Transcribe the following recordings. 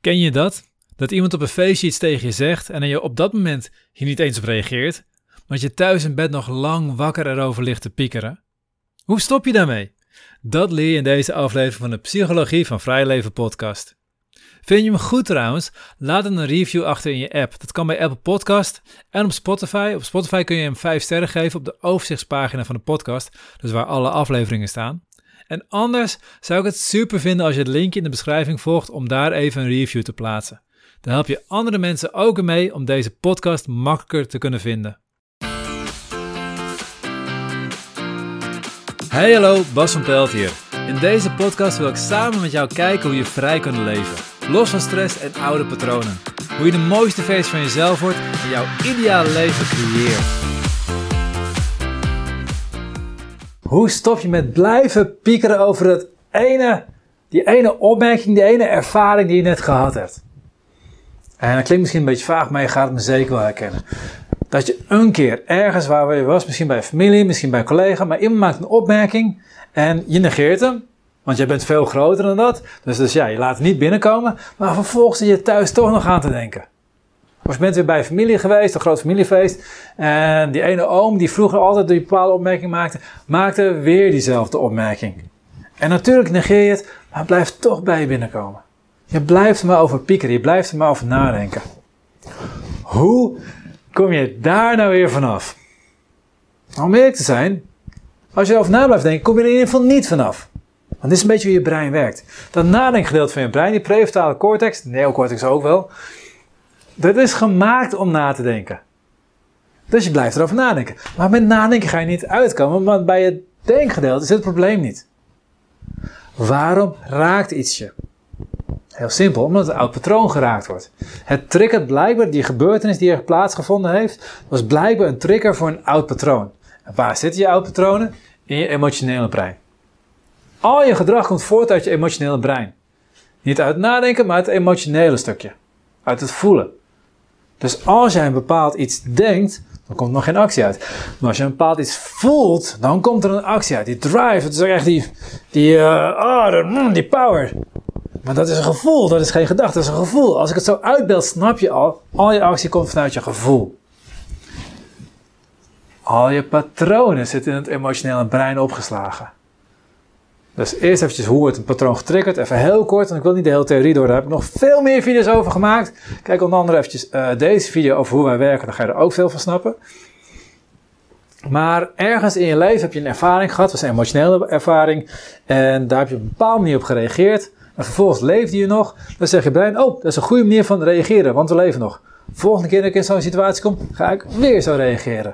Ken je dat? Dat iemand op een feestje iets tegen je zegt en je op dat moment hier niet eens op reageert, maar dat je thuis in bed nog lang wakker erover ligt te piekeren? Hoe stop je daarmee? Dat leer je in deze aflevering van de Psychologie van Vrij Leven podcast. Vind je hem goed trouwens? Laat dan een review achter in je app. Dat kan bij Apple Podcast en op Spotify. Op Spotify kun je hem 5 sterren geven op de overzichtspagina van de podcast, dus waar alle afleveringen staan. En anders zou ik het super vinden als je het linkje in de beschrijving volgt om daar even een review te plaatsen. Dan help je andere mensen ook mee om deze podcast makkelijker te kunnen vinden. Hey hallo, Bas van Pelt hier. In deze podcast wil ik samen met jou kijken hoe je vrij kunt leven. Los van stress en oude patronen. Hoe je de mooiste versie van jezelf wordt en jouw ideale leven creëert. Hoe stop je met blijven piekeren over die ene opmerking, die ene ervaring die je net gehad hebt? En dat klinkt misschien een beetje vaag, maar je gaat het me zeker wel herkennen. Dat je een keer ergens waar je was, misschien bij een familie, misschien bij een collega, maar iemand maakt een opmerking en je negeert hem. Want jij bent veel groter dan dat. Dus ja, je laat het niet binnenkomen. Maar vervolgens zit je thuis toch nog aan te denken. Of je bent weer bij een familie geweest, een groot familiefeest. En die ene oom die vroeger altijd die bepaalde opmerking maakte weer diezelfde opmerking. En natuurlijk negeer je het, maar het blijft toch bij je binnenkomen. Je blijft er maar over piekeren, je blijft er maar over nadenken. Hoe kom je daar nou weer vanaf? Om eerlijk te zijn, als je erover na blijft denken, kom je er in ieder geval niet vanaf. Want dit is een beetje hoe je brein werkt. Dat nadenkgedeelte van je brein, die prefrontale cortex, de neocortex ook wel, dat is gemaakt om na te denken. Dus je blijft erover nadenken. Maar met nadenken ga je niet uitkomen, want bij het denkgedeelte is het probleem niet. Waarom raakt iets je? Heel simpel, omdat het oud patroon geraakt wordt. Het triggert blijkbaar, die gebeurtenis die er plaatsgevonden heeft, was blijkbaar een trigger voor een oud patroon. En waar zitten je oud patronen? In je emotionele brein. Al je gedrag komt voort uit je emotionele brein. Niet uit het nadenken, maar uit het emotionele stukje. Uit het voelen. Dus als jij een bepaald iets denkt, dan komt er nog geen actie uit. Maar als je een bepaald iets voelt, dan komt er een actie uit. Die drive, het is ook echt die power. Maar dat is een gevoel, dat is geen gedachte, dat is een gevoel. Als ik het zo uitbeeld, snap je al je actie komt vanuit je gevoel. Al je patronen zitten in het emotionele brein opgeslagen. Dus eerst eventjes hoe wordt een patroon getriggerd, even heel kort, want ik wil niet de hele theorie door, daar heb ik nog veel meer video's over gemaakt. Kijk onder andere eventjes deze video over hoe wij werken, dan ga je er ook veel van snappen. Maar ergens in je leven heb je een ervaring gehad, dat was een emotionele ervaring, en daar heb je op een bepaalde manier op gereageerd. En vervolgens leefde je nog, dan zeg je brein, oh, dat is een goede manier van reageren, want we leven nog. Volgende keer dat ik in zo'n situatie kom, ga ik weer zo reageren.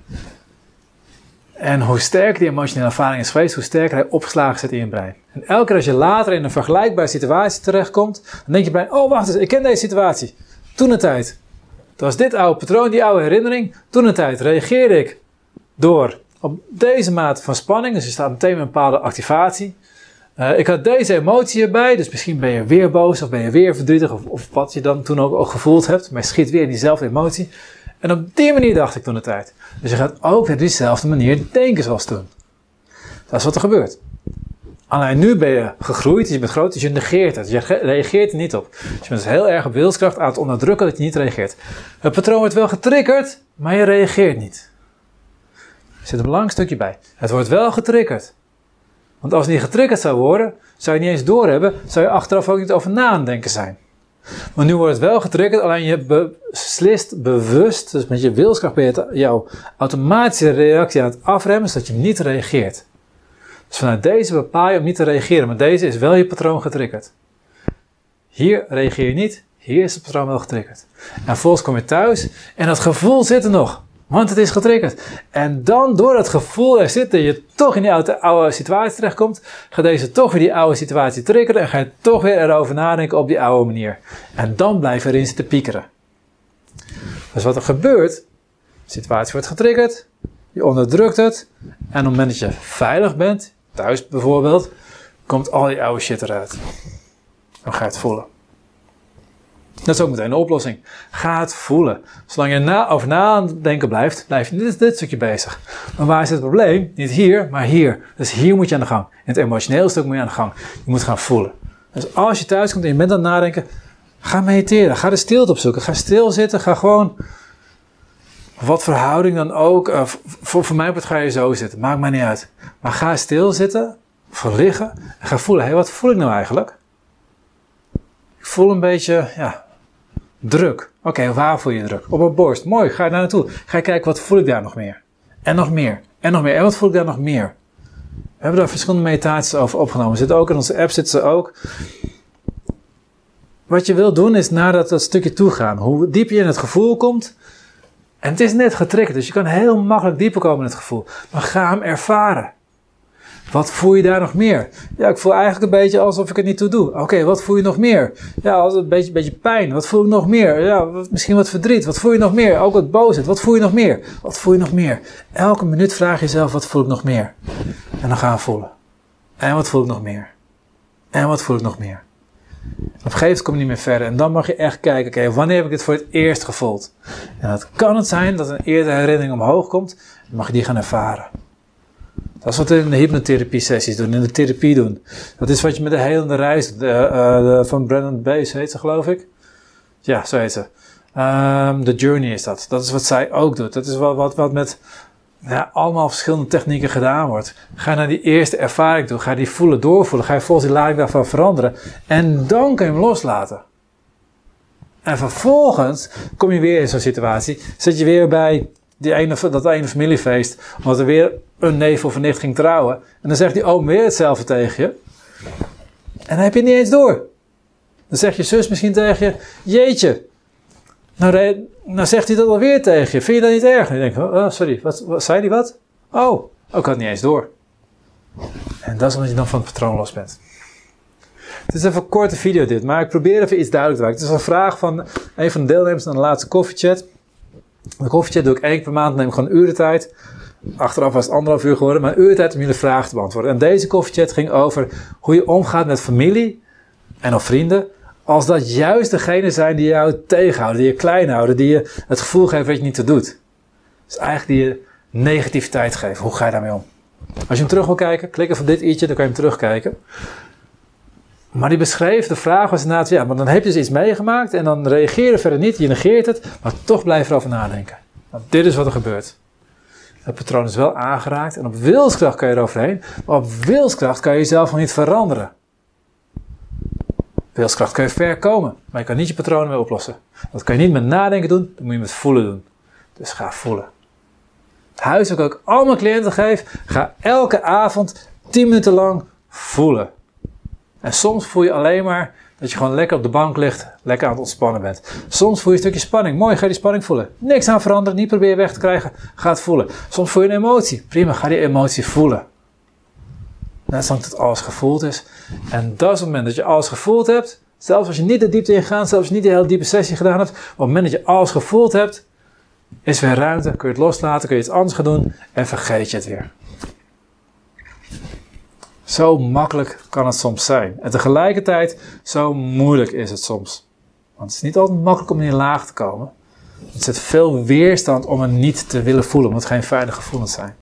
En hoe sterker die emotionele ervaring is geweest, hoe sterker hij opgeslagen zit in je brein. En elke keer als je later in een vergelijkbare situatie terechtkomt, dan denk je brein, oh wacht eens, ik ken deze situatie. Toentertijd. Dat was dit oude patroon, die oude herinnering. Toentertijd reageerde ik door op deze mate van spanning, dus je staat meteen met een bepaalde activatie. Ik had deze emotie erbij, dus misschien ben je weer boos of ben je weer verdrietig of wat je dan toen ook gevoeld hebt. Maar je schiet weer in diezelfde emotie. En op die manier dacht ik toen de tijd. Dus je gaat ook weer diezelfde manier denken zoals toen. Dat is wat er gebeurt. Alleen nu ben je gegroeid, je bent groot, dus je negeert het. Je reageert er niet op. Dus je bent dus heel erg op wilskracht aan het onderdrukken dat je niet reageert. Het patroon wordt wel getriggerd, maar je reageert niet. Er zit een belangrijk stukje bij. Het wordt wel getriggerd. Want als het niet getriggerd zou worden, zou je niet eens doorhebben, zou je achteraf ook niet over na aan het denken zijn. Maar nu wordt het wel getriggerd, alleen je beslist bewust, dus met je wilskracht ben je jouw automatische reactie aan het afremmen, zodat je niet reageert. Dus vanuit deze bepaal je om niet te reageren, maar deze is wel je patroon getriggerd. Hier reageer je niet, hier is het patroon wel getriggerd. En vervolgens kom je thuis en dat gevoel zit er nog, want het is getriggerd. En dan door dat gevoel er zitten, je toch in die oude situatie terechtkomt, gaat deze toch weer die oude situatie triggeren en ga je toch weer erover nadenken op die oude manier. En dan blijf je erin zitten piekeren. Dus wat er gebeurt, de situatie wordt getriggerd, je onderdrukt het en op het moment dat je veilig bent, thuis bijvoorbeeld, komt al die oude shit eruit. Dan ga je het voelen. Dat is ook meteen een oplossing. Ga het voelen. Zolang je over na aan het denken blijft, blijf je dit stukje bezig. Maar waar is het probleem? Niet hier, maar hier. Dus hier moet je aan de gang. In het emotionele stuk moet je aan de gang. Je moet gaan voelen. Dus als je thuis komt en je bent aan het nadenken, Ga mediteren. Ga de stilte opzoeken. Ga stilzitten. Ga gewoon, wat verhouding dan ook. Voor mij ga je zo zitten. Maakt mij niet uit. Maar ga stilzitten. Of liggen. En ga voelen. Hé, wat voel ik nou eigenlijk? Ik voel een beetje, druk. Oké, waar voel je druk? Op mijn borst. Mooi, ga je daar naartoe. Ga je kijken, wat voel ik daar nog meer? En nog meer. En nog meer. En wat voel ik daar nog meer? We hebben daar verschillende meditaties over opgenomen. Zitten ook in onze app, zitten ze ook. Wat je wil doen is naar dat stukje toe gaan. Hoe diep je in het gevoel komt. En het is net getriggerd, dus je kan heel makkelijk dieper komen in het gevoel. Maar ga hem ervaren. Wat voel je daar nog meer? Ja, ik voel eigenlijk een beetje alsof ik het niet toe doe. Oké, wat voel je nog meer? Ja, een beetje pijn. Wat voel ik nog meer? Ja, misschien wat verdriet. Wat voel je nog meer? Ook wat boosheid. Wat voel je nog meer? Wat voel je nog meer? Elke minuut vraag je jezelf, wat voel ik nog meer? En dan gaan we voelen. En wat voel ik nog meer? En wat voel ik nog meer? Op een gegeven moment kom je niet meer verder. En dan mag je echt kijken, oké, wanneer heb ik dit voor het eerst gevoeld? En dat kan het zijn dat een eerdere herinnering omhoog komt. Dan mag je die gaan ervaren. Dat is wat we in de hypnotherapie sessies doen, in de therapie doen. Dat is wat je met de helende reis doet. Van Brandon Bass heet ze, geloof ik. Ja, zo heet ze. The Journey is dat. Dat is wat zij ook doet. Dat is wat met allemaal verschillende technieken gedaan wordt. Ga naar die eerste ervaring toe. Ga die voelen, doorvoelen. Ga je volgens die lading daarvan veranderen. En dan kun je hem loslaten. En vervolgens kom je weer in zo'n situatie. Zit je weer bij dat ene familiefeest. Omdat er weer een neef of een nicht ging trouwen. En dan zegt die oom weer hetzelfde tegen je. En dan heb je het niet eens door. Dan zegt je zus misschien tegen je. Jeetje. Nou zegt hij dat alweer tegen je. Vind je dat niet erg? En je denkt, oh sorry, wat zei hij wat? Oh, ik had het niet eens door. En dat is omdat je dan van het patroon los bent. Het is even een korte video dit, maar ik probeer even iets duidelijk te maken. Het is een vraag van een van de deelnemers aan de laatste koffiechat. De koffiechat doe ik 1 keer per maand, neem ik gewoon een uur de tijd. Achteraf was het 1,5 uur geworden, maar een uur de tijd om jullie vragen te beantwoorden. En deze koffiechat ging over hoe je omgaat met familie en of vrienden. Als dat juist degene zijn die jou tegenhouden, die je klein houden, die je het gevoel geven dat je niet te doet. Dus eigenlijk die je negativiteit geven. Hoe ga je daarmee om? Als je hem terug wil kijken, klik even op dit i'tje, dan kan je hem terugkijken. Maar die beschreef, de vraag was inderdaad, maar dan heb je dus iets meegemaakt en dan reageer je verder niet, je negeert het, maar toch blijf erover nadenken. Want dit is wat er gebeurt. Het patroon is wel aangeraakt en op wilskracht kan je eroverheen, maar op wilskracht kan je jezelf nog niet veranderen. Wilskracht kun je ver komen, maar je kan niet je patronen meer oplossen. Dat kan je niet met nadenken doen, dat moet je met voelen doen. Dus ga voelen. Het huiswerk ook al mijn cliënten geef, ga elke avond 10 minuten lang voelen. En soms voel je alleen maar dat je gewoon lekker op de bank ligt, lekker aan het ontspannen bent. Soms voel je een stukje spanning. Mooi, ga die spanning voelen. Niks aan veranderen, niet proberen weg te krijgen. Ga het voelen. Soms voel je een emotie. Prima, ga die emotie voelen. Net zolang het alles gevoeld is. En dat is het moment dat je alles gevoeld hebt. Zelfs als je niet de diepte ingaat, zelfs als je niet de hele diepe sessie gedaan hebt. Op het moment dat je alles gevoeld hebt, is weer ruimte. Kun je het loslaten, kun je iets anders gaan doen en vergeet je het weer. Zo makkelijk kan het soms zijn. En tegelijkertijd, zo moeilijk is het soms. Want het is niet altijd makkelijk om in die laag te komen. Er zit veel weerstand om het niet te willen voelen, omdat het geen veilige gevoelens zijn.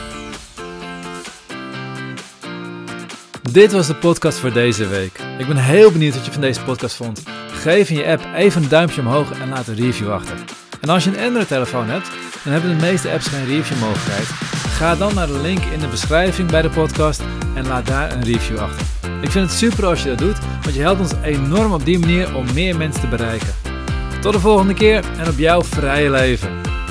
Dit was de podcast voor deze week. Ik ben heel benieuwd wat je van deze podcast vond. Geef in je app even een duimpje omhoog en laat een review achter. En als je een Android-telefoon hebt, dan hebben de meeste apps geen review-mogelijkheid. Ga dan naar de link in de beschrijving bij de podcast en laat daar een review achter. Ik vind het super als je dat doet, want je helpt ons enorm op die manier om meer mensen te bereiken. Tot de volgende keer en op jouw vrije leven.